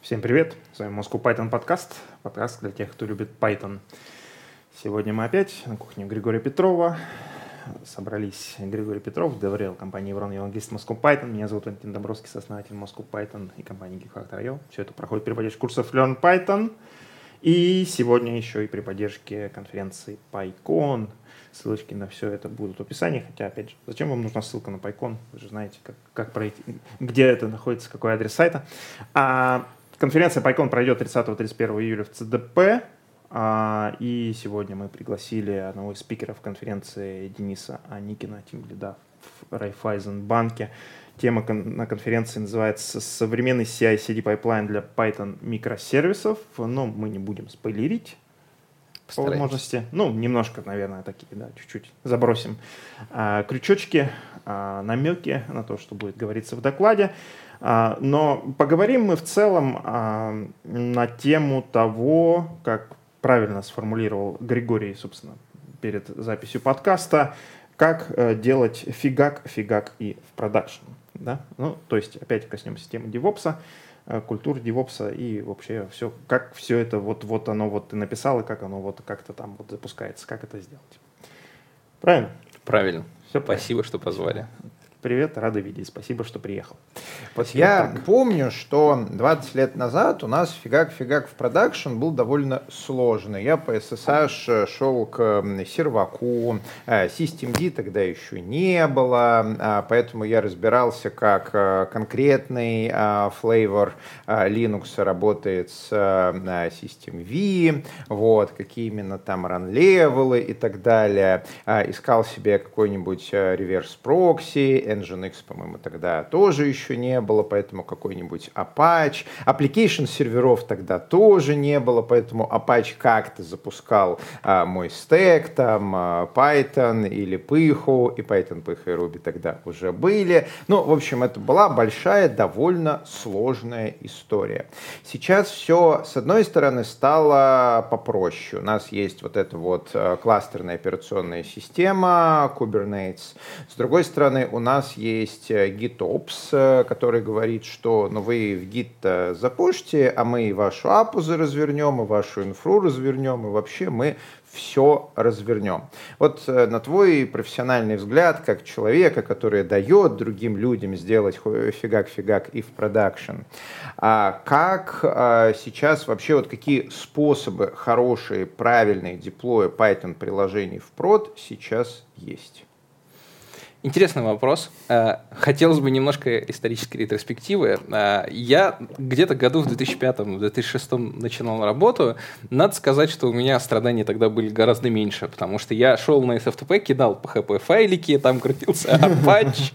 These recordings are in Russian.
Всем привет, с вами Moscow Python подкаст для тех, кто любит Python. Сегодня мы опять на кухне Григория Петрова. Собрались Григорий Петров, доверил компании Еврон, евангелист Moscow Python. Меня зовут Валентин Домбровский, сооснователь Moscow Python и компании Geekfactor.io. Все это проходит при поддержке курсов Learn Python. И сегодня еще и при поддержке конференции PyCon. Ссылочки на все это будут в описании. Хотя, опять же, зачем вам нужна ссылка на PyCon? Вы же знаете, как пройти, где это находится, какой адрес сайта. Конференция PyCon пройдет 30-31 июля в ЦДП. И сегодня мы пригласили одного из спикеров конференции Дениса Аникина, тимлида в Райффайзенбанке. Тема на конференции называется «Современный CI/CD пайплайн для Python микросервисов». Но мы не будем спойлерить по возможности. Немножко, наверное, такие, да, чуть-чуть забросим крючочки, намеки на то, что будет говориться в докладе. Но поговорим мы в целом на тему того, как правильно сформулировал Григорий, собственно, перед записью подкаста, как делать фигак и в продакшн. Да? То есть опять коснемся темы девопса, культуры девопса и вообще все, как все это вот оно вот ты написал, и как оно вот как-то там вот запускается, как это сделать. Правильно? Правильно. Все Спасибо, что позвали. Привет, рады видеть. Спасибо, что приехал. Я помню, что 20 лет назад у нас фигак в продакшн был довольно сложный. Я по SSH шел к серваку, Systemd тогда еще не было, поэтому я разбирался, как конкретный флейвор Linux работает с Systemv, какие именно там run-левелы и так далее. Искал себе какой-нибудь реверс-прокси, Nginx, по-моему, тогда тоже еще не было, поэтому какой-нибудь Apache. Application серверов тогда тоже не было, поэтому Apache как-то запускал мой стэк, там Python или Python, и Python, Python и Ruby тогда уже были. В общем, это была большая, довольно сложная история. Сейчас все, с одной стороны, стало попроще. У нас есть вот эта вот кластерная операционная система Kubernetes. С другой стороны, у нас есть GitOps, который говорит, что вы в Git запушьте, а мы и вашу апузы развернем, и вашу инфру развернем, и вообще мы все развернем. На твой профессиональный взгляд, как человека, который дает другим людям сделать фигак и в продакшн, как сейчас вообще, какие способы хорошие, правильные деплоя Python приложений в прод сейчас есть? Интересный вопрос. Хотелось бы немножко исторической ретроспективы. Я где-то году в 2005-2006 начинал работу. Надо сказать, что у меня страданий тогда были гораздо меньше, потому что я шел на SFTP, кидал PHP-файлики, там крутился Apache,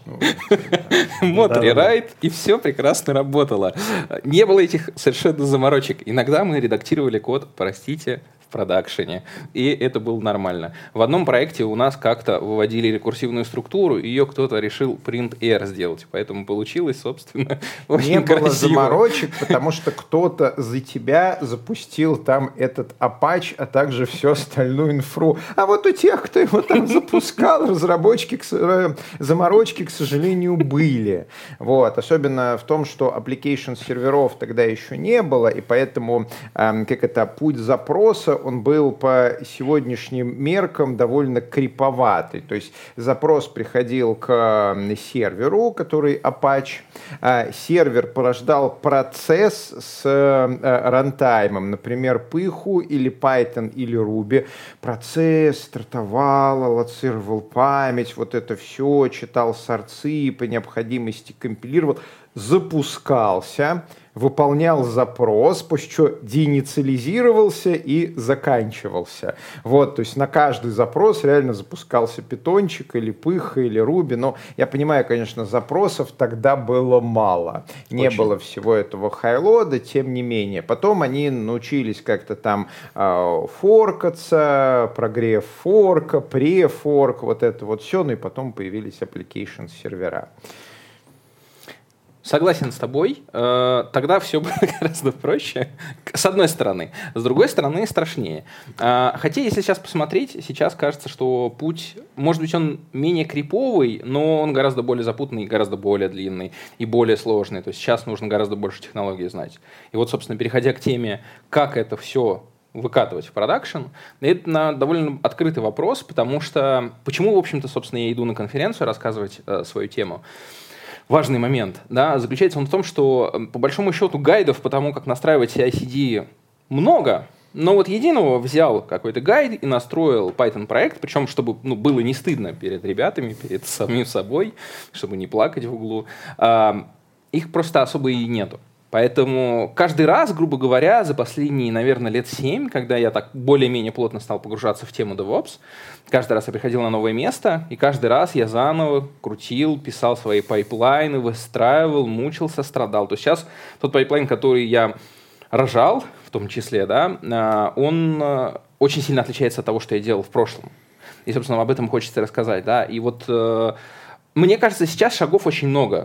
мод rewrite, и все прекрасно работало. Не было этих совершенно заморочек. Иногда мы редактировали код, простите, продакшене, и это было нормально. В одном проекте у нас как-то выводили рекурсивную структуру, и ее кто-то решил print-r сделать, поэтому получилось, собственно, очень красиво. Не было заморочек, потому что кто-то за тебя запустил там этот Apache, а также всю остальную инфру. А вот у тех, кто его там запускал, заморочки, к сожалению, были. Особенно в том, что application серверов тогда еще не было, и поэтому путь запроса он был по сегодняшним меркам довольно криповатый. То есть запрос приходил к серверу, который Apache. Сервер порождал процесс с рантаймом, например, Python или Python или Ruby. Процесс стартовал, аллоцировал память, это все, читал сорцы, по необходимости компилировал, запускался, выполнял запрос, после чего деинициализировался и заканчивался. То есть на каждый запрос реально запускался питончик или Python или Ruby. Но я понимаю, конечно, запросов тогда было мало. Не было всего этого хайлода, тем не менее. Потом они научились как-то там форкаться, прогрев форка, префорк, это все. И потом появились application сервера. Согласен с тобой. Тогда все было гораздо проще, с одной стороны. С другой стороны, страшнее. Хотя, если сейчас посмотреть, сейчас кажется, что путь, может быть, он менее криповый, но он гораздо более запутанный, гораздо более длинный и более сложный. То есть сейчас нужно гораздо больше технологий знать. И вот, собственно, переходя к теме, как это все выкатывать в продакшн, это довольно открытый вопрос, потому что почему, в общем-то, собственно, я иду на конференцию рассказывать свою тему. Важный момент, да, заключается он в том, что по большому счету гайдов по тому, как настраивать CI/CD, много, но вот единого взял какой-то гайд и настроил Python проект, причем чтобы было не стыдно перед ребятами, перед самим собой, чтобы не плакать в углу. Их просто особо и нету. Поэтому каждый раз, грубо говоря, за последние, наверное, лет 7, когда я так более-менее плотно стал погружаться в тему DevOps, каждый раз я приходил на новое место, и каждый раз я заново крутил, писал свои пайплайны, выстраивал, мучился, страдал. То есть сейчас тот пайплайн, который я рожал, в том числе, да, он очень сильно отличается от того, что я делал в прошлом. И, собственно, об этом хочется рассказать. Да. И вот мне кажется, сейчас шагов очень много.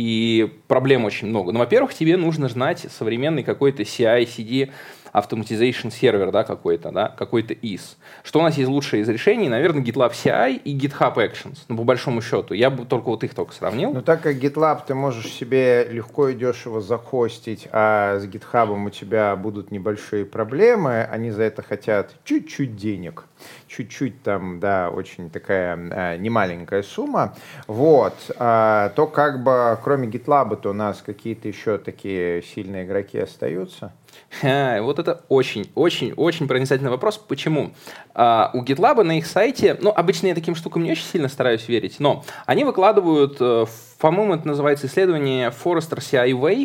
И проблем очень много. Но, во-первых, тебе нужно знать современный какой-то CI/CD Automatization сервер, да, какой-то IS. Что у нас есть лучшее из решений? Наверное, GitLab CI и GitHub Actions. Ну, по большому счету. Я бы только вот их сравнил. Ну, так как GitLab ты можешь себе легко и дешево захостить, а с GitHub у тебя будут небольшие проблемы, они за это хотят чуть-чуть денег. Чуть-чуть там, да, очень такая немаленькая сумма. Вот. То как бы, кроме GitLab, то у нас какие-то еще такие сильные игроки остаются? Вот это очень-очень-очень проницательный вопрос. Почему? У GitLab на их сайте, обычно я таким штукам не очень сильно стараюсь верить, но они выкладывают, по-моему, это называется исследование Forrester CI Wave.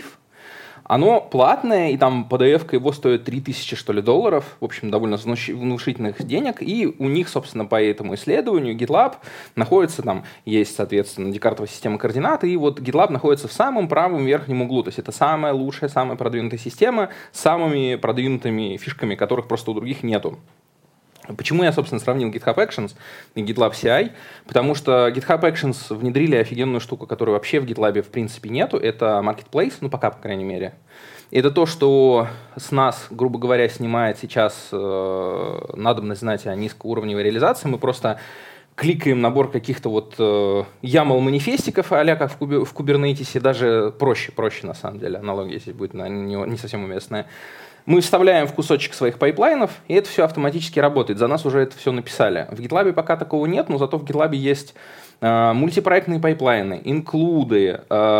Оно платное, и там PDF-ка его стоит 3000, что ли, долларов, в общем, довольно внушительных денег, и у них, собственно, по этому исследованию GitLab находится, там есть, соответственно, декартовая система координат, и вот GitLab находится в самом правом верхнем углу, то есть это самая лучшая, самая продвинутая система с самыми продвинутыми фишками, которых просто у других нету. Почему я, собственно, сравнил GitHub Actions и GitLab CI? Потому что GitHub Actions внедрили офигенную штуку, которую вообще в GitLab в принципе нету. Это Marketplace, пока, по крайней мере. И это то, что с нас, грубо говоря, снимает сейчас надобность знать о низкоуровневой реализации. Мы просто кликаем набор каких-то вот YAML-манифестиков, а-ля как в Kubernetes, даже проще на самом деле. Аналогия здесь будет не совсем уместная. Мы вставляем в кусочек своих пайплайнов, и это все автоматически работает. За нас уже это все написали. В GitLab пока такого нет, но зато в GitLab есть мультипроектные пайплайны, инклюды,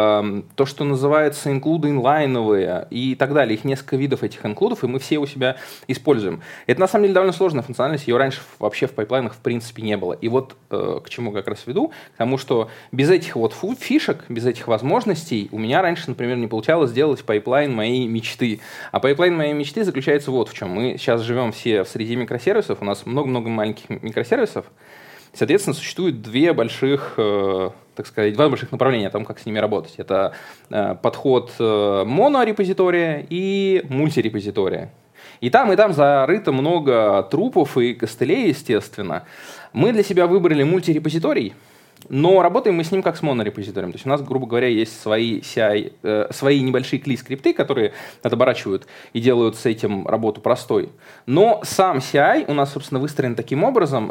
то, что называется инклюды инлайновые и так далее. Их несколько видов этих инклюдов, и мы все у себя используем. Это на самом деле довольно сложная функциональность, ее раньше вообще в пайплайнах в принципе не было. И вот к чему как раз веду, к тому, что без этих вот фишек, без этих возможностей у меня раньше, например, не получалось сделать пайплайн моей мечты. А пайплайн моей мечты заключается вот в чем. Мы сейчас живем все в среде микросервисов, у нас много-много маленьких микросервисов. Соответственно, существует два больших направления о том, как с ними работать. Это подход монорепозитория и мультирепозитория. И там зарыто много трупов и костылей, естественно. Мы для себя выбрали мультирепозиторий, но работаем мы с ним как с монорепозиторием. То есть у нас, грубо говоря, есть свои CI, свои небольшие CLI-скрипты, которые отоборачивают и делают с этим работу простой. Но сам CI у нас, собственно, выстроен таким образом,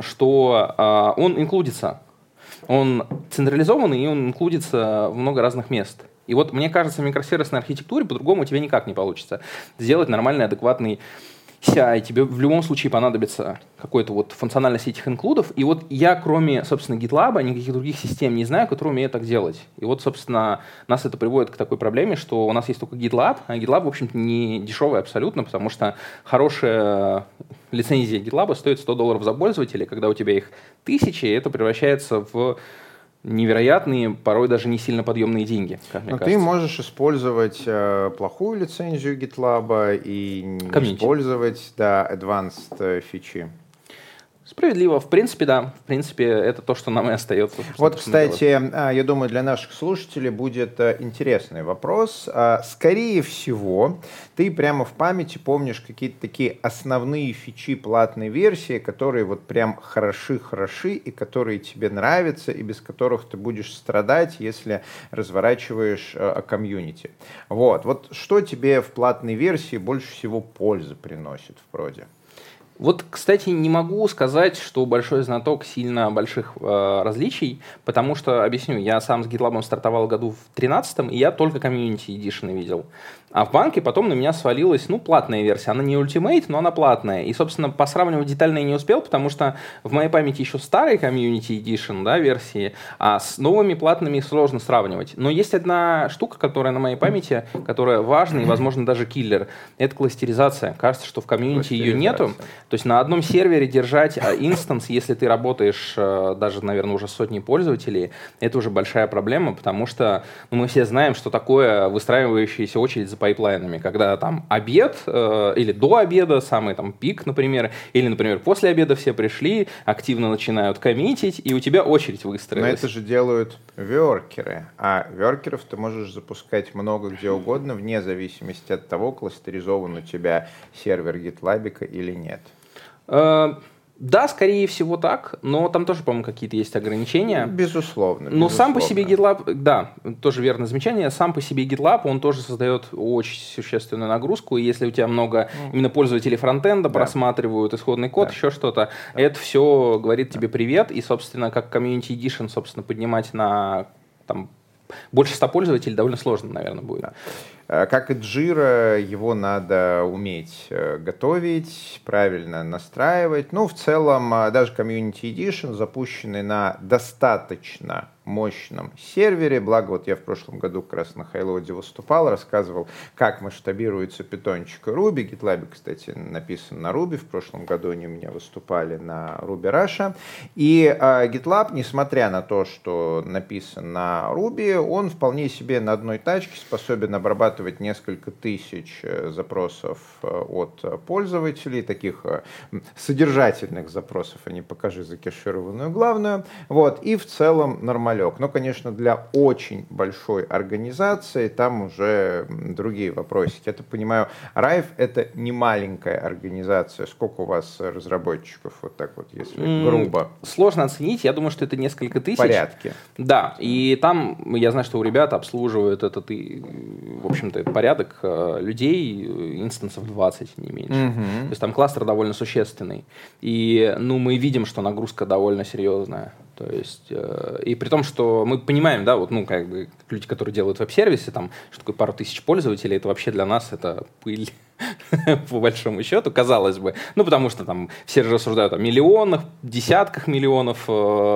что он инклюдится. Он централизованный, и он инклюдится в много разных мест. И вот, мне кажется, в микросервисной архитектуре по-другому у тебя никак не получится сделать нормальный, адекватный CI, тебе в любом случае понадобится какой-то вот функциональность этих инклюдов. И вот я, кроме, собственно, GitLab, никаких других систем не знаю, которые умеют так делать. И вот, собственно, нас это приводит к такой проблеме, что у нас есть только GitLab, а GitLab, в общем-то, не дешевый абсолютно, потому что хорошая лицензия GitLab стоит $100 за пользователя, когда у тебя их 1000, это превращается в невероятные, порой даже не сильно подъемные деньги, как мне кажется. Ты можешь использовать плохую лицензию GitLab и не использовать advanced фичи. Справедливо. В принципе, да. В принципе, это то, что нам и остается. Вот, кстати, я думаю, для наших слушателей будет интересный вопрос. Скорее всего, ты прямо в памяти помнишь какие-то такие основные фичи платной версии, которые вот прям хороши и которые тебе нравятся, и без которых ты будешь страдать, если разворачиваешь комьюнити. Вот что тебе в платной версии больше всего пользы приносит в проде? Вот, кстати, не могу сказать, что большой знаток сильно больших различий, потому что, объясню, я сам с GitLab стартовал году в 2013, и я только Community Edition видел. А в банке потом на меня свалилась, платная версия. Она не Ultimate, но она платная. И, собственно, посравнивать детально я не успел, потому что в моей памяти еще старые Community Edition, да, версии, а с новыми платными сложно сравнивать. Но есть одна штука, которая на моей памяти, которая важна и, возможно, даже киллер. Это кластеризация. Кажется, что в Community ее нету. То есть на одном сервере держать инстанс, если ты работаешь даже, наверное, уже сотни пользователей, это уже большая проблема, потому что мы все знаем, что такое выстраивающаяся очередь за пайплайнами, когда там обед или до обеда, самый там пик, например, или, например, после обеда все пришли, активно начинают коммитить, и у тебя очередь выстроилась. Но это же делают воркеры, а воркеров ты можешь запускать много где угодно, вне зависимости от того, кластеризован у тебя сервер GitLab или нет. Да, скорее всего так, но там тоже, по-моему, какие-то есть ограничения. Безусловно. Но сам по себе GitLab, да, тоже верное замечание, сам по себе GitLab, он тоже создает очень существенную нагрузку, и если у тебя много именно пользователей фронтенда просматривают исходный код, еще что-то, это все говорит тебе привет, и, собственно, как Community Edition, собственно, поднимать на там больше 100 пользователей довольно сложно, наверное, будет. Да. Как и Jira, его надо уметь готовить, правильно настраивать. В целом, даже Community Edition, запущенный на достаточно мощном сервере, благо я в прошлом году как раз на Хайлоде выступал, рассказывал, как масштабируется питончик и Ruby. GitLab, кстати, написан на Ruby, в прошлом году они у меня выступали на Ruby Russia. И GitLab, несмотря на то, что написан на Ruby, он вполне себе на одной тачке способен обрабатывать несколько тысяч запросов от пользователей, таких содержательных запросов, а не покажи закешированную главную. И в целом нормально. Но, конечно, для очень большой организации там уже другие вопросики. Я так понимаю, Rife — это не маленькая организация. Сколько у вас разработчиков, вот так вот, если грубо? Сложно оценить. Я думаю, что это несколько тысяч. В порядке. Да, и там, я знаю, что у ребят обслуживают этот, в общем-то, порядок людей, инстансов 20, не меньше. То есть там кластер довольно существенный. И, мы видим, что нагрузка довольно серьезная. То есть, и при том, что мы понимаем, да, люди, которые делают веб-сервисы, там, что такое пару тысяч пользователей, это вообще для нас это пыль, по большому счету, казалось бы. Потому что там все же рассуждают о миллионах, десятках миллионов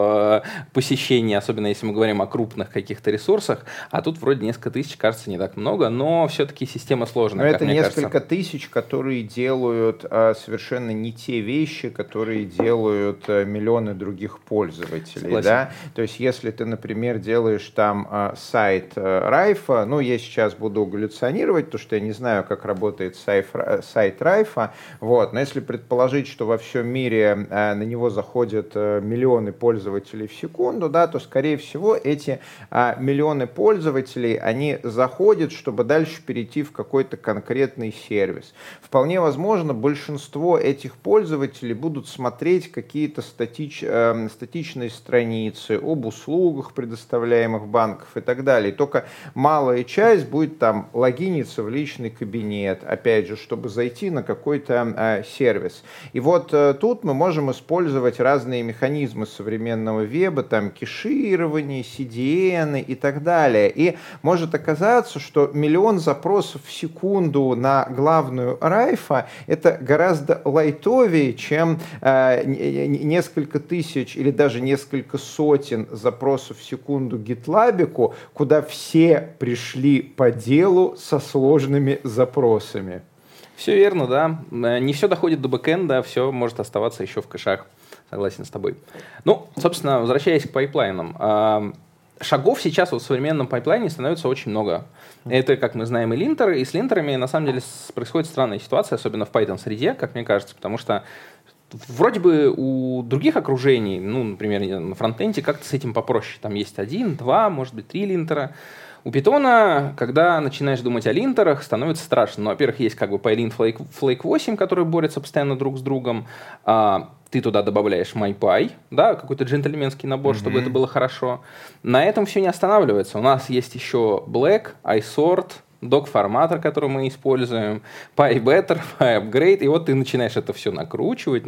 посещений, особенно если мы говорим о крупных каких-то ресурсах, а тут вроде несколько тысяч, кажется, не так много, но все-таки система сложная. Но это несколько тысяч, которые делают совершенно не те вещи, которые делают миллионы других пользователей. Да? То есть, если ты, например, делаешь там сайт Райфа, я сейчас буду галлюционировать, потому что я не знаю, как работает сайт Райфа, но если предположить, что во всем мире на него заходят миллионы пользователей в секунду, да, то, скорее всего, эти миллионы пользователей, они заходят, чтобы дальше перейти в какой-то конкретный сервис. Вполне возможно, большинство этих пользователей будут смотреть какие-то статичные страницы об услугах, предоставляемых банков и так далее. Только малая часть будет там логиниться в личный кабинет, опять же, чтобы зайти на какой-то сервис. И тут мы можем использовать разные механизмы современного веба, там кеширование, CDN и так далее. И может оказаться, что миллион запросов в секунду на главную Райфа это гораздо лайтовее, чем несколько тысяч или даже несколько сотен запросов в секунду GitLab'ику, куда все пришли по делу со сложными запросами. Все верно, да. Не все доходит до бэкэнда, все может оставаться еще в кэшах. Согласен с тобой. Собственно, возвращаясь к пайплайнам. Шагов сейчас в современном пайплайне становится очень много. Это, как мы знаем, и линтеры. И с линтерами, на самом деле, происходит странная ситуация, особенно в Python-среде, как мне кажется, потому что Вроде бы у других окружений, ну, например, на фронтенде как-то с этим попроще. Там есть 1, 2, может быть, 3 линтера. У Python, когда начинаешь думать о линтерах, становится страшно. Ну, во-первых, есть как бы PyLint Flake 8, которые борются постоянно друг с другом. Ты туда добавляешь MyPy, да, какой-то джентльменский набор, чтобы это было хорошо. На этом все не останавливается. У нас есть еще Black, iSort, док-форматор, который мы используем, PyBetter, PyUpgrade, и вот ты начинаешь это все накручивать,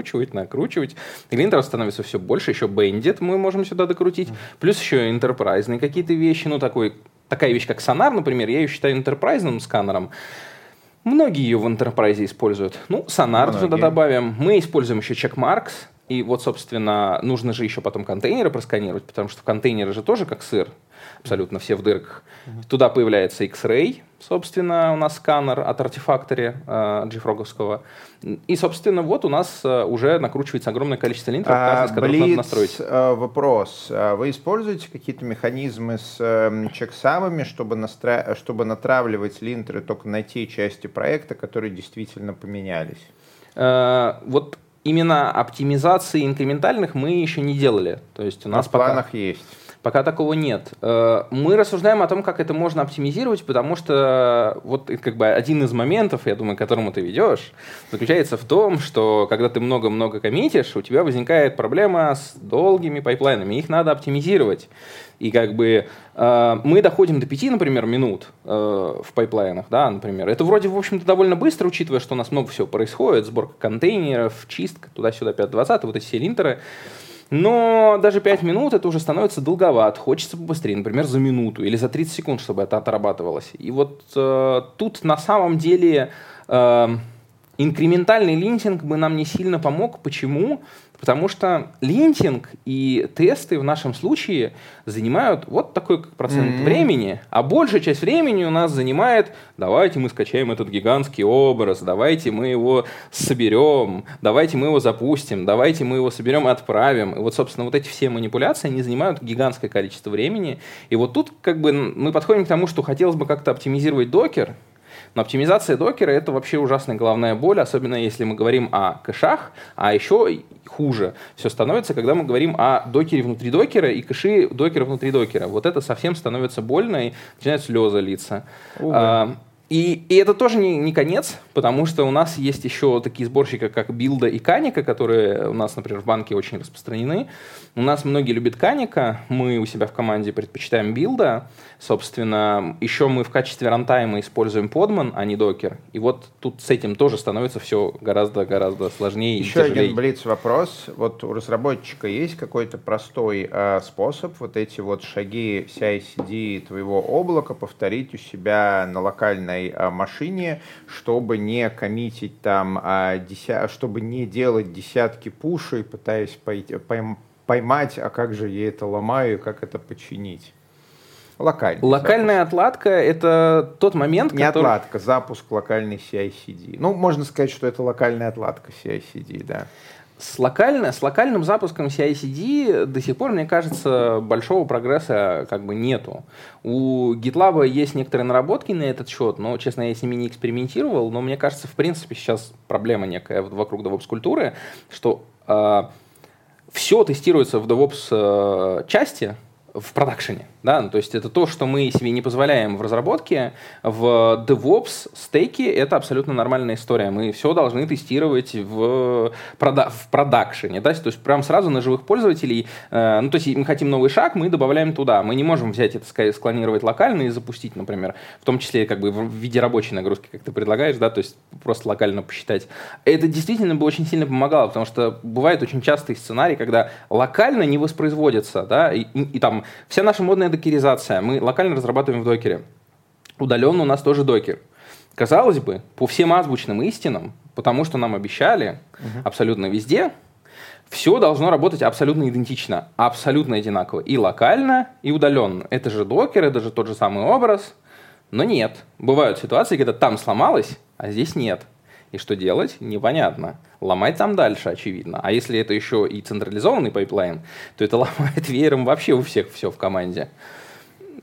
и линтеров становится все больше, еще Bandit мы можем сюда докрутить, плюс еще энтерпрайзные какие-то вещи, ну, такая вещь, как Sonar, например, я ее считаю энтерпрайзным сканером. Многие ее в Enterprise используют. Ну, Sonar туда добавим. Мы используем еще Checkmarks. И вот, собственно, нужно же еще потом контейнеры просканировать, потому что контейнеры же тоже как сыр. Абсолютно все в дырках. Туда появляется X-Ray, собственно, у нас сканер от Artifactory JFrog-овского. И, собственно, вот у нас уже накручивается огромное количество линтеров, каждый из которых надо настроить. Вопрос. Вы используете какие-то механизмы с чексамами, чтобы натравливать линтеры только на те части проекта, которые действительно поменялись? Вот именно оптимизации инкрементальных мы еще не делали. То есть у нас в планах есть. Пока такого нет. Мы рассуждаем о том, как это можно оптимизировать, потому что вот как бы один из моментов, я думаю, к которому ты ведешь, заключается в том, что когда ты много-много коммитишь, у тебя возникает проблема с долгими пайплайнами, их надо оптимизировать. И как бы мы доходим до 5, например, минут в пайплайнах, да, например. Это вроде, в общем-то, довольно быстро, учитывая, что у нас много всего происходит, сборка контейнеров, чистка, туда-сюда, 5-20, вот эти все линтеры. Но даже 5 минут это уже становится долговато. Хочется побыстрее, например, за минуту или за 30 секунд, чтобы это отрабатывалось. И вот тут на самом деле инкрементальный линтинг бы нам не сильно помог. Почему? Потому что линтинг и тесты в нашем случае занимают вот такой процент времени, а большая часть времени у нас занимает: давайте мы скачаем этот гигантский образ, давайте мы его соберем, давайте мы его запустим, давайте мы его соберем и отправим. И вот, собственно, вот эти все манипуляции, они занимают гигантское количество времени. И вот тут как бы мы подходим к тому, что хотелось бы как-то оптимизировать докер. Но оптимизация докера — это вообще ужасная головная боль, особенно если мы говорим о кэшах, а еще хуже все становится, когда мы говорим о докере внутри докера и кэши докера внутри докера. Вот это совсем становится больно, и начинают слезы литься. И это тоже не конец, потому что у нас есть еще такие сборщики, как Билда и Каника, которые у нас, например, в банке очень распространены. У нас многие любят Каника, мы у себя в команде предпочитаем Билда. Собственно, еще мы в качестве рантайма используем Podman, а не докер. И вот тут с этим тоже становится все гораздо-гораздо сложнее еще и тяжелее. Еще один блиц-вопрос. Вот у разработчика есть какой-то простой способ вот эти вот шаги CI/CD твоего облака повторить у себя на локальной машине, чтобы не коммитить там, чтобы не делать десятки пушей, пытаясь поймать, а как же я это ломаю, как это починить? Локальная отладка — это тот момент, не который... отладка, запуск локальной CI/CD. Ну, можно сказать, что это локальная отладка CI/CD, да. С локальным запуском CI/CD до сих пор, мне кажется, большого прогресса как бы нету. У GitLab есть некоторые наработки на этот счет, но, честно, я с ними не экспериментировал, но мне кажется, в принципе, сейчас проблема некая вокруг DevOps-культуры, что все тестируется в DevOps части, в продакшене, да, то есть это то, что мы себе не позволяем в разработке, в DevOps стеке это абсолютно нормальная история, мы все должны тестировать в продакшене, да, то есть прям сразу на живых пользователей, ну, то есть мы хотим новый шаг, мы добавляем туда, мы не можем взять это, склонировать локально и запустить, например, в том числе как бы в виде рабочей нагрузки, как ты предлагаешь, да, то есть просто локально посчитать. Это действительно бы очень сильно помогало, потому что бывает очень частый сценарий, когда локально не воспроизводится, да, и там вся наша модная докеризация, мы локально разрабатываем в докере. Удаленно у нас тоже докер. Казалось бы, по всем азбучным истинам, потому что нам обещали абсолютно везде, все должно работать абсолютно идентично, абсолютно одинаково. И локально, и удаленно. Это же докер, это же тот же самый образ. Но нет. Бывают ситуации, когда там сломалось, а здесь нет. И что делать? Непонятно. Ломать там дальше, очевидно. А если это еще и централизованный пайплайн, то это ломает веером вообще у всех все в команде.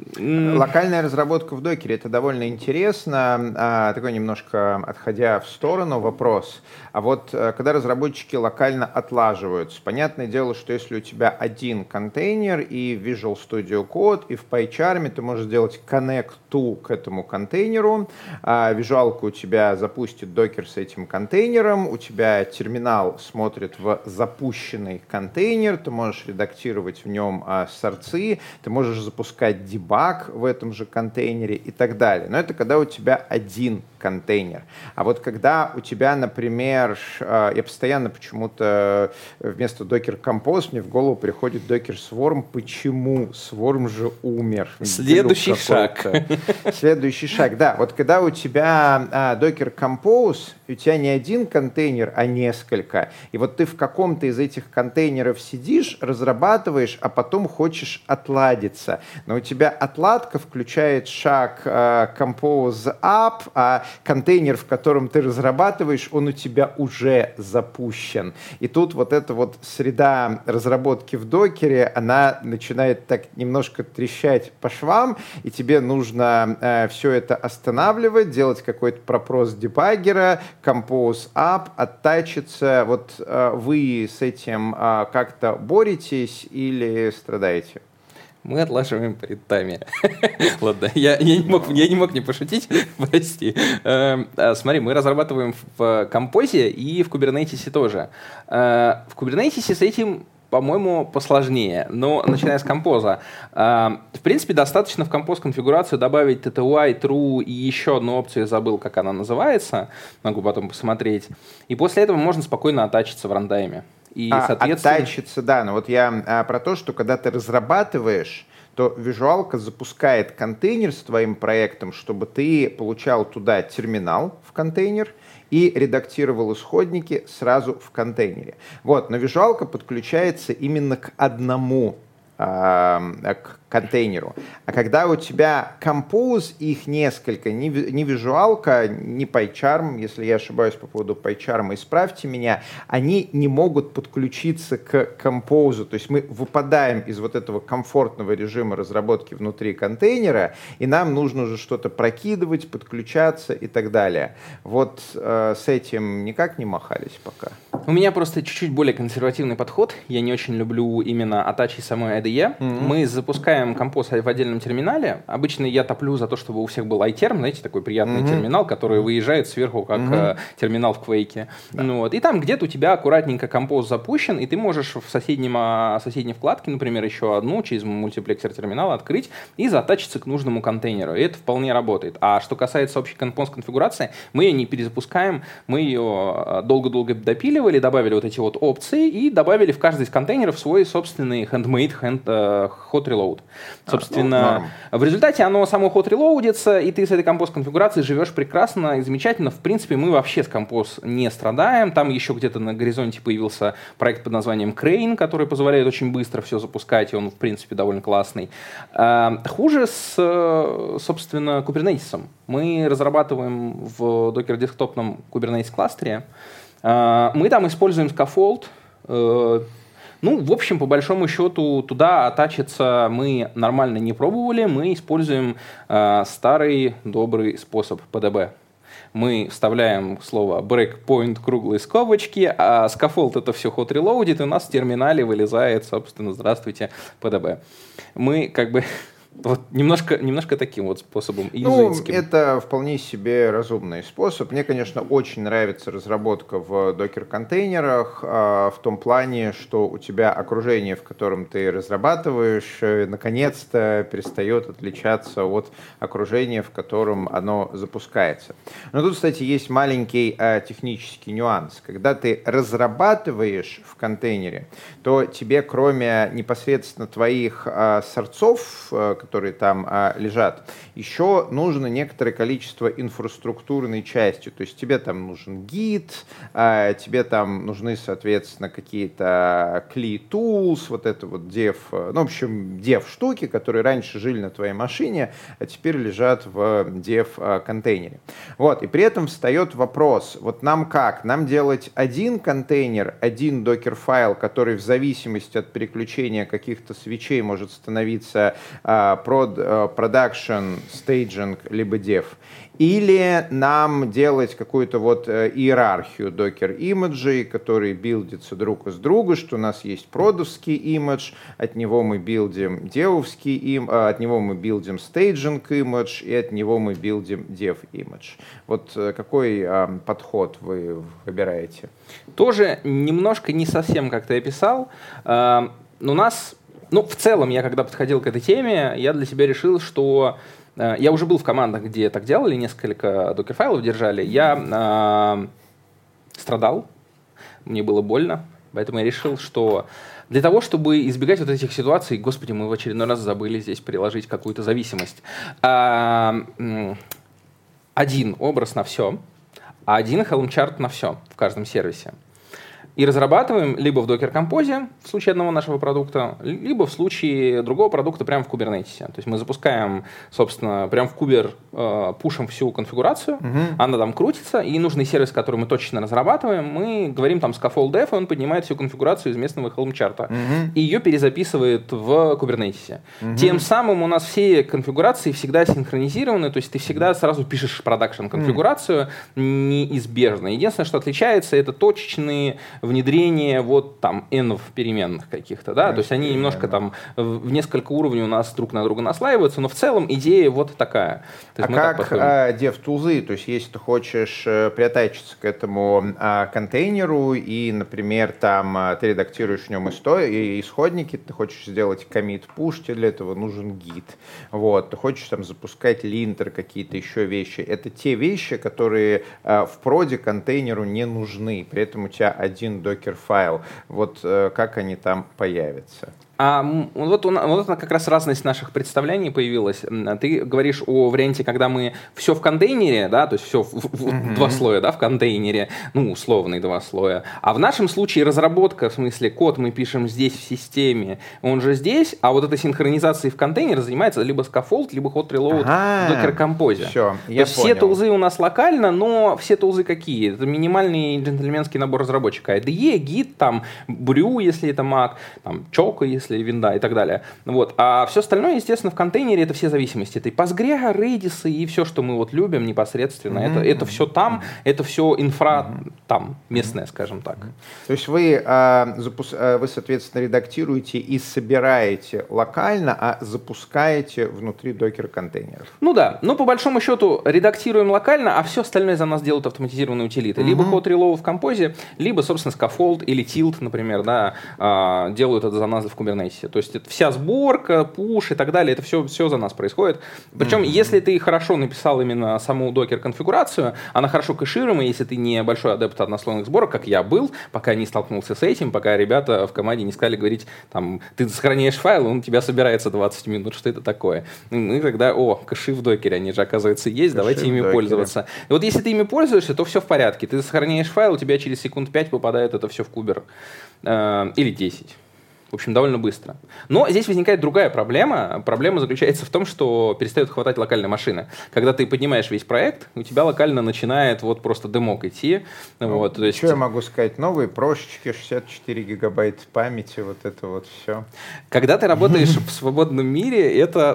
Локальная разработка в докере — это довольно интересно. Такой немножко отходя в сторону вопрос. А вот когда разработчики локально отлаживаются, понятное дело, что если у тебя один контейнер и в Visual Studio Code, и в PyCharm ты можешь сделать connect to к этому контейнеру, визуалка у тебя запустит докер с этим контейнером, у тебя терминал смотрит в запущенный контейнер, ты можешь редактировать в нем сорцы, ты можешь запускать дебаг в этом же контейнере и так далее. Но это когда у тебя один контейнер. А вот когда у тебя, например, я постоянно почему-то вместо Docker Compose мне в голову приходит Docker Swarm. Почему? Swarm же умер. Следующий шаг. Следующий шаг, да. Вот когда у тебя Docker Compose, у тебя не один контейнер, а несколько. И вот ты в каком-то из этих контейнеров сидишь, разрабатываешь, а потом хочешь отладиться. Но у тебя отладка включает шаг Compose Up, а контейнер, в котором ты разрабатываешь, он у тебя уже запущен. И тут вот эта вот среда разработки в докере, она начинает так немножко трещать по швам, и тебе нужно все это останавливать, делать какой-то пропрос дебаггера, Compose Up, оттачиться. Вот вы с этим как-то боретесь или страдаете? Мы отлаживаем предтайме. Ладно, я не мог не пошутить, прости. Смотри, мы разрабатываем в Композе и в Kubernetes тоже. В Kubernetes с этим, по-моему, посложнее, но начиная с композа. В принципе, достаточно в композ конфигурацию добавить TTY, true и еще одну опцию, я забыл, как она называется, могу потом посмотреть. И после этого можно спокойно оттачиться в рантайме. И, соответственно... Оттачиться, да, но вот я про то, что когда ты разрабатываешь, то визуалка запускает контейнер с твоим проектом, чтобы ты получал туда терминал в контейнер и редактировал исходники сразу в контейнере. Вот, но визуалка подключается именно к одному к контейнеру. А когда у тебя Compose, их несколько, ни визуалка, ни PyCharm, если я ошибаюсь по поводу PyCharm, исправьте меня, они не могут подключиться к Compose. То есть мы выпадаем из вот этого комфортного режима разработки внутри контейнера, и нам нужно уже что-то прокидывать, подключаться и так далее. Вот с этим никак не махались пока. У меня просто чуть-чуть более консервативный подход. Я не очень люблю именно атачи самой IDE. Мы запускаем Compose в отдельном терминале. Обычно я топлю за то, чтобы у всех был iTerm, знаете, такой приятный терминал, который выезжает сверху, как терминал в Quake. Да. Ну, вот. И там где-то у тебя аккуратненько Compose запущен, и ты можешь в соседней вкладке, например, еще одну через мультиплексор терминала открыть и затачиться к нужному контейнеру. И это вполне работает. А что касается общей Compose конфигурации, мы ее не перезапускаем, мы ее долго-долго допиливали, добавили вот эти вот опции и добавили в каждый из контейнеров свой собственный handmade hot reload. Собственно, в результате оно само hot reloadится, и ты с этой Compose конфигурацией живешь прекрасно и замечательно. В принципе, мы вообще с Compose не страдаем. Там еще где-то на горизонте появился проект под названием Crane, который позволяет очень быстро все запускать, и он, в принципе, довольно классный. Хуже с, собственно, Kubernetes. Мы разрабатываем в Docker десктопном Kubernetes кластере. Мы там используем Scaffold. Ну, в общем, по большому счету, туда оттачиться мы нормально не пробовали. Мы используем старый добрый способ PDB. Мы вставляем слово breakpoint круглые скобочки, а Scaffold это все hot reloadит, и у нас в терминале вылезает, собственно, здравствуйте, PDB. Мы как бы... Вот немножко таким вот способом иезуитским. Ну, это вполне себе разумный способ. Мне, конечно, очень нравится разработка в докер-контейнерах в том плане, что у тебя окружение, в котором ты разрабатываешь, наконец-то перестает отличаться от окружения, в котором оно запускается. Но тут, кстати, есть маленький технический нюанс. Когда ты разрабатываешь в контейнере, то тебе, кроме непосредственно твоих сорцов, которые там лежат, еще нужно некоторое количество инфраструктурной части. То есть тебе там нужен гид, тебе там нужны, соответственно, какие-то CLI tools, вот это вот dev, ну, в общем, dev штуки, которые раньше жили на твоей машине, а теперь лежат в dev контейнере. Вот, и при этом встает вопрос, вот нам как? Нам делать один контейнер, один докер-файл, который в зависимости от переключения каких-то свечей может становиться production, staging, либо dev. Или нам делать какую-то вот иерархию докер-имиджей, которые билдятся друг из друга, что у нас есть продовский имидж, от него мы билдим девовский имидж, от него мы билдим стейджинг имидж, и от него мы билдим дев имидж. Вот какой подход вы выбираете? Тоже немножко не совсем, как ты описал. У нас, в целом, я когда подходил к этой теме, я для себя решил, что я уже был в командах, где так делали, несколько докер-файлов держали. Я страдал, мне было больно, поэтому я решил, что для того, чтобы избегать вот этих ситуаций, господи, мы в очередной раз забыли здесь приложить какую-то зависимость. Один образ на все, а один Helm-чарт на все в каждом сервисе. И разрабатываем либо в Docker Compose в случае одного нашего продукта, либо в случае другого продукта прямо в Kubernetes. То есть мы запускаем, собственно, прямо в Кубер, пушим всю конфигурацию, она там крутится, и нужный сервис, который мы точно разрабатываем, мы говорим там scaffold dev, и он поднимает всю конфигурацию из местного Helm-чарта и ее перезаписывает в Kubernetes. Тем самым у нас все конфигурации всегда синхронизированы, то есть ты всегда сразу пишешь продакшн-конфигурацию неизбежно. Единственное, что отличается, это точечные внедрение вот там n переменных каких-то, да, то есть они немножко там в несколько уровней у нас друг на друга наслаиваются, но в целом идея вот такая. А как DevTools, то есть если ты хочешь приатачиться к этому контейнеру и, например, там ты редактируешь в нем исходники, ты хочешь сделать commit push, тебе для этого нужен гид, вот, ты хочешь там запускать линтер, какие-то еще вещи, это те вещи, которые в проде контейнеру не нужны, при этом у тебя один докер-файл. Вот как они там появятся? Вот как раз разность наших представлений появилась. Ты говоришь о варианте, когда мы все в контейнере, да, то есть все в два слоя, да, в контейнере, условные два слоя. А в нашем случае разработка, в смысле код мы пишем здесь в системе, он же здесь, а вот этой синхронизацией в контейнер занимается либо Scaffold, либо Hot Reload в Docker Compose. Все, то есть все тулзы у нас локально, но все тулзы какие? Это минимальный джентльменский набор разработчика. IDE, Git, там, Brew, если это Mac, там, Choco, если винда и так далее. Вот. А все остальное, естественно, в контейнере это все зависимости. Это и Postgre, Redis и все, что мы вот любим непосредственно. Это все там, это все инфра там, местная, скажем так. То есть вы, соответственно, редактируете и собираете локально, а запускаете внутри докер-контейнеров. Да. Но по большому счету редактируем локально, а все остальное за нас делают автоматизированные утилиты. Либо Hot Reload в Compose, либо, собственно, Scaffold или Tilt, например, да, делают это за нас в Kubernetes. То есть это вся сборка, пуш и так далее, это все за нас происходит. Причем, если ты хорошо написал именно саму докер-конфигурацию, она хорошо кэшируема, если ты не большой адепт однослойных сборок, как я был, пока не столкнулся с этим, пока ребята в команде не стали говорить, там, ты сохраняешь файл, он у тебя собирается 20 минут, что это такое? И тогда, кэши в докере, они же, оказывается, есть, давайте ими пользоваться. И вот если ты ими пользуешься, то все в порядке. Ты сохраняешь файл, у тебя через секунд 5 попадает это все в кубер. Или 10. В общем, довольно быстро. Но здесь возникает другая проблема. Проблема заключается в том, что перестает хватать локальной машины. Когда ты поднимаешь весь проект, у тебя локально начинает вот просто демок идти. Вот, то есть... Что я могу сказать? Новые прошечки, 64 гигабайта памяти, вот это вот все. Когда ты работаешь в свободном мире,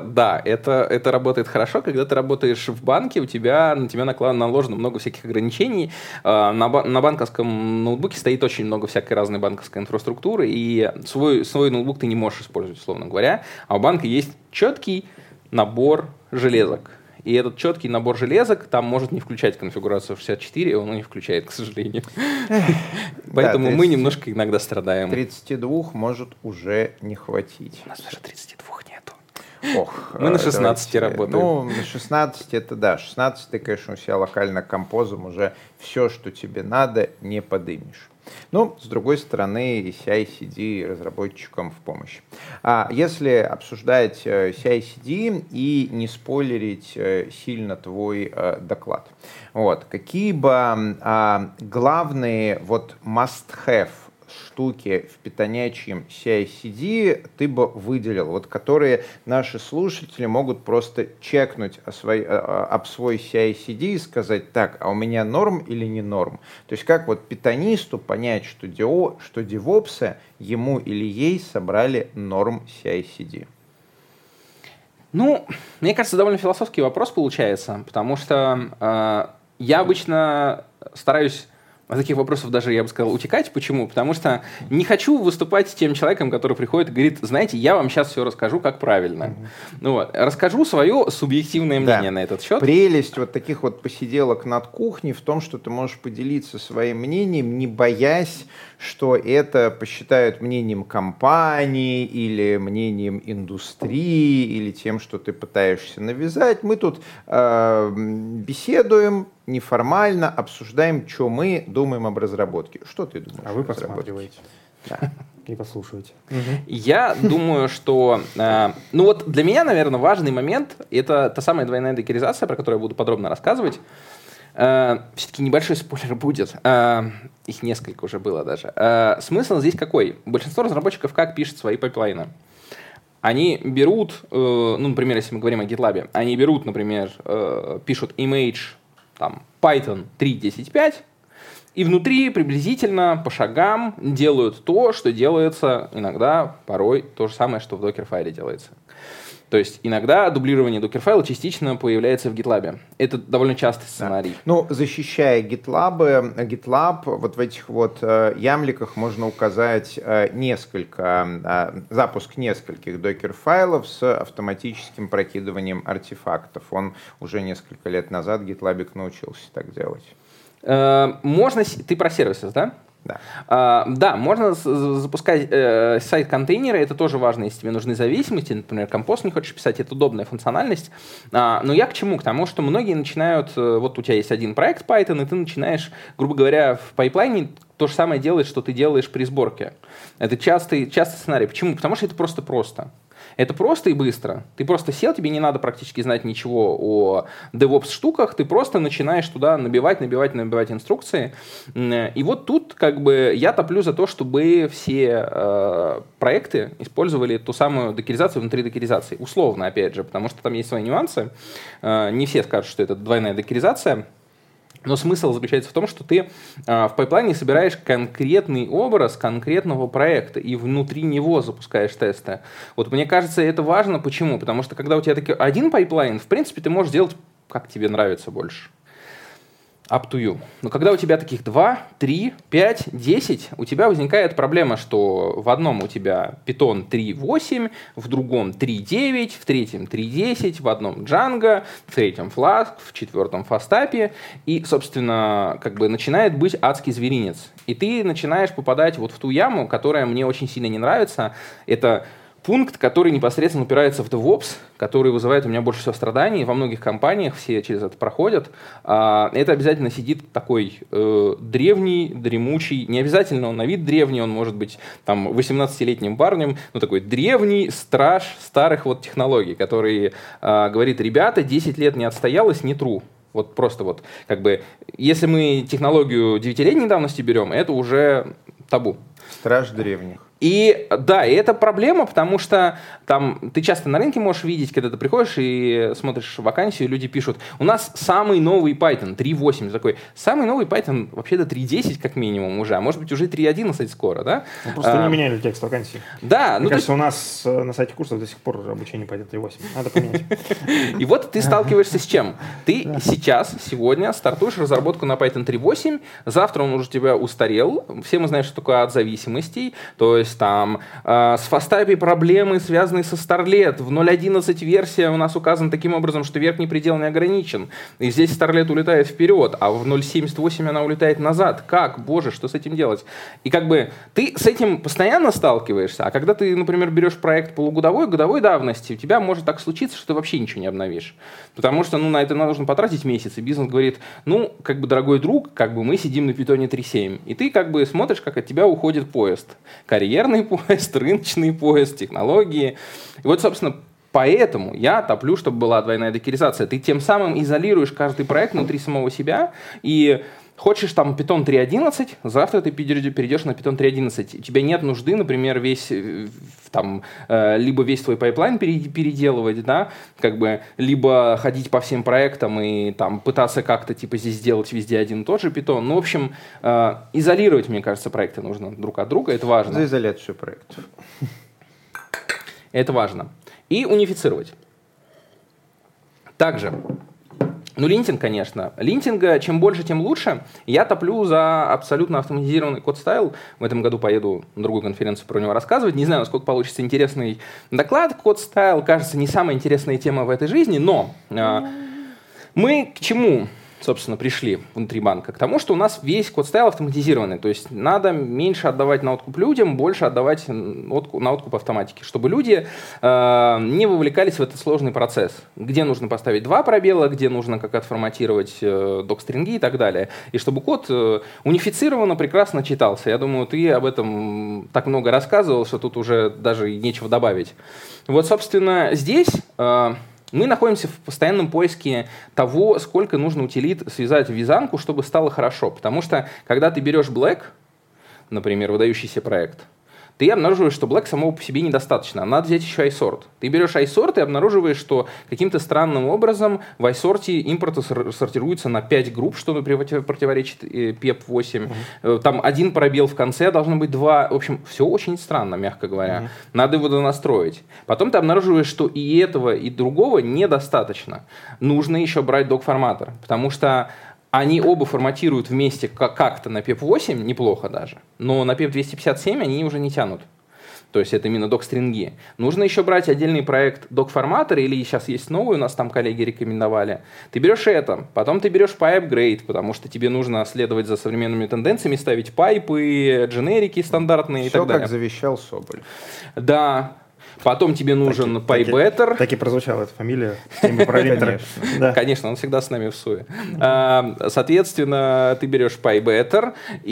это работает хорошо. Когда ты работаешь в банке, на тебя наложено много всяких ограничений. На банковском ноутбуке стоит очень много всякой разной банковской инфраструктуры, и свой ноутбук ты не можешь использовать, условно говоря, а у банка есть четкий набор железок. И этот четкий набор железок там может не включать конфигурацию 64, и он не включает, к сожалению. Поэтому мы немножко иногда страдаем. 32 может уже не хватить. У нас даже 32 нету. Мы на 16 работаем. На 16 это да. 16 ты, конечно, у себя локально композом уже все, что тебе надо, не подымешь. С другой стороны, CI/CD разработчикам в помощь. Если обсуждать CI/CD и не спойлерить сильно твой доклад, какие бы главные must-have штуки в питонячьем CI/CD ты бы выделил, которые наши слушатели могут просто чекнуть об свой CI/CD и сказать, так, а у меня норм или не норм? То есть как питонисту понять, что девопсы ему или ей собрали норм CI/CD? Ну, мне кажется, довольно философский вопрос получается, потому что я обычно стараюсь от таких вопросов даже, я бы сказал, утекать. Почему? Потому что не хочу выступать тем человеком, который приходит и говорит, знаете, я вам сейчас все расскажу, как правильно. Ну, вот. Расскажу свое субъективное мнение на этот счет. Прелесть вот таких вот посиделок над кухней в том, что ты можешь поделиться своим мнением, не боясь, что это посчитают мнением компании или мнением индустрии или тем, что ты пытаешься навязать. Мы тут беседуем, неформально обсуждаем, что мы думаем об разработке. Что ты думаешь? А вы посматриваете. Да. И послушаете. Я думаю, что... ну вот для меня, наверное, важный момент — это та самая двойная докеризация, про которую я буду подробно рассказывать. Все-таки небольшой спойлер будет. Их несколько уже было даже. Смысл здесь какой? Большинство разработчиков как пишут свои пайплайны? Они берут, ну, например, если мы говорим о GitLab, они берут, например, пишут image, там, Python 3.10.5, и внутри приблизительно по шагам делают то, что делается иногда, порой, то же самое, что в докер-файле делается. То есть иногда дублирование докер-файла частично появляется в GitLab. Это довольно частый сценарий. Да. Ну, защищая GitLab, вот в этих вот ямликах можно указать запуск нескольких докер-файлов с автоматическим прокидыванием артефактов. Он уже несколько лет назад GitLab научился так делать. Можно... Ты про сервисы, да? Да. Да, можно запускать сайт-контейнеры, это тоже важно, если тебе нужны зависимости, например, компост не хочешь писать, это удобная функциональность. Но я к чему? К тому, что многие начинают, вот у тебя есть один проект Python, и ты начинаешь, грубо говоря, в пайплайне то же самое делать, что ты делаешь при сборке. Это частый сценарий. Почему? Потому что это просто. Это просто и быстро. Ты просто сел, тебе не надо практически знать ничего о DevOps штуках, ты просто начинаешь туда набивать инструкции. И вот тут как бы я топлю за то, чтобы все проекты использовали ту самую докеризацию внутри докеризации. Условно, опять же, потому что там есть свои нюансы. Не все скажут, что это двойная докеризация. Но смысл заключается в том, что ты в пайплайне собираешь конкретный образ конкретного проекта и внутри него запускаешь тесты. Вот мне кажется, это важно. Почему? Потому что когда у тебя таки один пайплайн, в принципе, ты можешь делать, как тебе нравится больше. Up to you. Но когда у тебя таких 2, 3, 5, 10, у тебя возникает проблема, что в одном у тебя Python 3.8, в другом 3.9, в третьем 3.10, в одном Django, в третьем Flask, в четвертом Fastap, и, собственно, как бы начинает быть адский зверинец. И ты начинаешь попадать вот в ту яму, которая мне очень сильно не нравится. Это пункт, который непосредственно упирается в DevOps, который вызывает у меня больше всего страданий. Во многих компаниях все через это проходят. Это обязательно сидит такой древний, дремучий, не обязательно он на вид древний, он может быть там 18-летним парнем, но такой древний страж старых вот технологий, который говорит, ребята, 10 лет не отстоялось, не true. Вот просто вот, как бы, если мы технологию 9-летней давности берем, это уже табу. Страж древних. И да, и это проблема, потому что там ты часто на рынке можешь видеть, когда ты приходишь и смотришь вакансию, люди пишут, у нас самый новый Python 3.8, такой, самый новый Python вообще-то 3.10 как минимум уже, а может быть уже 3.11 скоро, да? Мы просто не меняли текст вакансии. Да. Мне кажется, у нас на сайте курсов до сих пор обучение Python 3.8, надо поменять. И вот ты сталкиваешься с чем? Ты сегодня стартуешь разработку на Python 3.8, завтра он уже у тебя устарел, все мы знаем, что такое от зависимостей, то есть там с Fastap проблемы, связанные со Starlet. В 0.11 версия у нас указана таким образом, что верхний предел не ограничен. И здесь Starlet улетает вперед, а в 0.78 она улетает назад. Как? Боже, что с этим делать? И как бы ты с этим постоянно сталкиваешься, а когда ты, например, берешь проект полугодовой, годовой давности, у тебя может так случиться, что ты вообще ничего не обновишь. Потому что на это нужно потратить месяц, и бизнес говорит, как бы, дорогой друг, как бы мы сидим на Python 3.7, и ты как бы смотришь, как от тебя уходит поезд. Карьерный поезд, рыночный поезд, технологии. И вот, собственно, поэтому я топлю, чтобы была двойная докеризация. Ты тем самым изолируешь каждый проект внутри самого себя, и хочешь там Python 3.11, завтра ты перейдешь на Python 3.11. У тебя нет нужды, например, либо весь твой пайплайн переделывать, да, как бы, либо ходить по всем проектам и там пытаться как-то типа здесь сделать везде один и тот же Python. Ну, в общем, изолировать, мне кажется, проекты нужно друг от друга, это важно. За изоляцию проектов. Это важно. И унифицировать. Также, линтинг, конечно. Линтинга чем больше, тем лучше. Я топлю за абсолютно автоматизированный код-стайл. В этом году поеду на другую конференцию про него рассказывать. Не знаю, насколько получится интересный доклад. Код-стайл, кажется, не самая интересная тема в этой жизни, но мы к чему, собственно, пришли внутри банка? К тому, что у нас весь код-стайл автоматизированный. То есть надо меньше отдавать на откуп людям, больше отдавать на откуп автоматике, чтобы люди не вовлекались в этот сложный процесс. Где нужно поставить 2 пробела, где нужно как отформатировать док-стринги и так далее. И чтобы код унифицированно прекрасно читался. Я думаю, ты об этом так много рассказывал, что тут уже даже нечего добавить. Вот, собственно, здесь... мы находимся в постоянном поиске того, сколько нужно утилит связать в вязанку, чтобы стало хорошо. Потому что, когда ты берешь Black, например, выдающийся проект, ты обнаруживаешь, что Black самого по себе недостаточно. Надо взять еще iSort. Ты берешь iSort и обнаруживаешь, что каким-то странным образом в iSort импорты сортируются на 5 групп, что противоречит PEP8. Там 1 пробел в конце, должно быть 2. В общем, все очень странно, мягко говоря. Надо его донастроить. Потом ты обнаруживаешь, что и этого, и другого недостаточно. Нужно еще брать док-форматор, потому что они оба форматируют вместе как-то на PEP8, неплохо даже, но на PEP257 они уже не тянут. То есть это именно док-стринги. Нужно еще брать отдельный проект док-форматор, или сейчас есть новый, у нас там коллеги рекомендовали. Ты берешь это, потом ты берешь PyApgrade, потому что тебе нужно следовать за современными тенденциями, ставить пайпы, дженерики стандартные и так далее. Все, как завещал Соболь. Да. Потом тебе нужен PyBetter. Так и прозвучала эта фамилия. Конечно. Конечно, он всегда с нами в СУе. Соответственно, ты берешь PyBetter,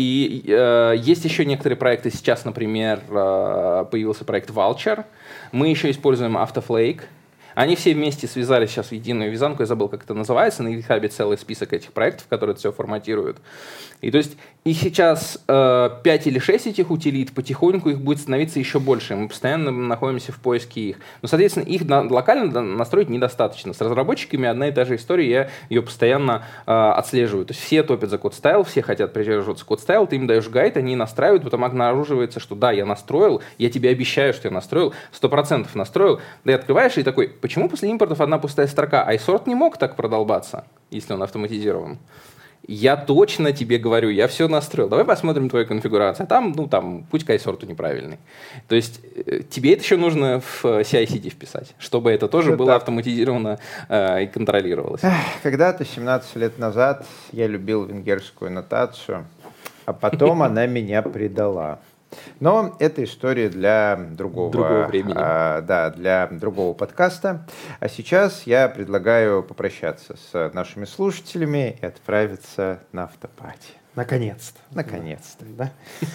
и есть еще некоторые проекты. Сейчас, например, появился проект Vultr. Мы еще используем Autoflake. Они все вместе связались сейчас в единую вязанку, я забыл, как это называется, на GitHub целый список этих проектов, которые это все форматируют. И то есть их сейчас 5 или 6 этих утилит, потихоньку их будет становиться еще больше, мы постоянно находимся в поиске их. Но, соответственно, их локально настроить недостаточно. С разработчиками одна и та же история, я ее постоянно отслеживаю. То есть все топят за код-стайл, все хотят придерживаться код-стайл, ты им даешь гайд, они настраивают, потом обнаруживается, что да, я настроил, я тебе обещаю, что я настроил, 100% настроил, да и открываешь и такой... Почему после импортов одна пустая строка? iSort не мог так продолбаться, если он автоматизирован. Я точно тебе говорю, я все настроил. Давай посмотрим твою конфигурацию. Там путь к iSort неправильный. То есть тебе это еще нужно в CI/CD вписать, чтобы это тоже было автоматизировано и контролировалось. Когда-то, 17 лет назад, я любил венгерскую нотацию, а потом она меня предала. Но это история для другого времени. Для другого подкаста. А сейчас я предлагаю попрощаться с нашими слушателями и отправиться на автопати. Наконец-то. Наконец-то.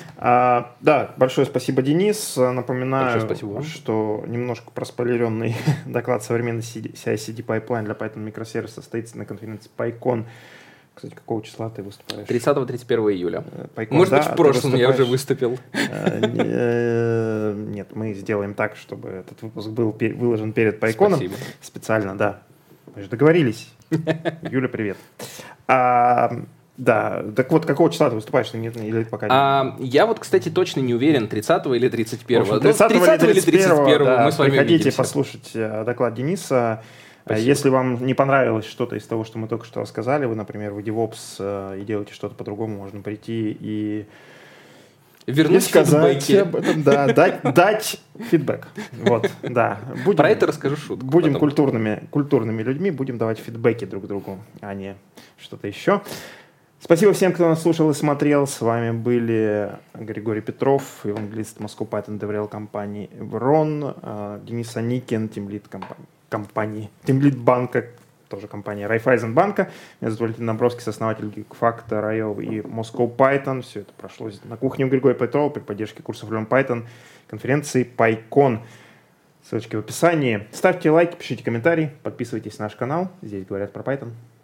Да, большое спасибо, Денис. Напоминаю, что немножко проспойлеренный доклад «Современный CI/CD пайплайн для Python микросервис» состоится на конференции PyCon. Кстати, какого числа ты выступаешь? 30-31 июля. PyCon, может быть, в прошлом я уже выступил. Нет, мы сделаем так, чтобы этот выпуск был выложен перед PyCon. Спасибо. Специально, да. Мы же договорились. Юля, привет. Да, так вот, какого числа ты выступаешь? Или пока я вот, кстати, точно не уверен, 30-го или 31-го. 30 или 31-го, да, мы с вами приходите увидимся. Послушать доклад Дениса. Спасибо. Если вам не понравилось что-то из того, что мы только что рассказали, вы, например, в DevOps и делаете что-то по-другому, можно прийти и вернуть сказать фидбэки. Об этом, да, дать фидбэк. Вот, да. Про это расскажу шутку. Будем культурными людьми, будем давать фидбэки друг другу, а не что-то еще. Спасибо всем, кто нас слушал и смотрел. С вами были Григорий Петров, евангелист Moscow Python DevRel компании Evron, Денис Аникин, тимлид банка, тоже компания Райфайзенбанка. Меня зовут Валентин Домбровский, сооснователь Geekfactor.io и Moscow Python. Все это прошло на кухне у Григория Петрова при поддержке курсов Learn Python, конференции PyCon. Ссылочки в описании. Ставьте лайки, пишите комментарии, подписывайтесь на наш канал. Здесь говорят про Python.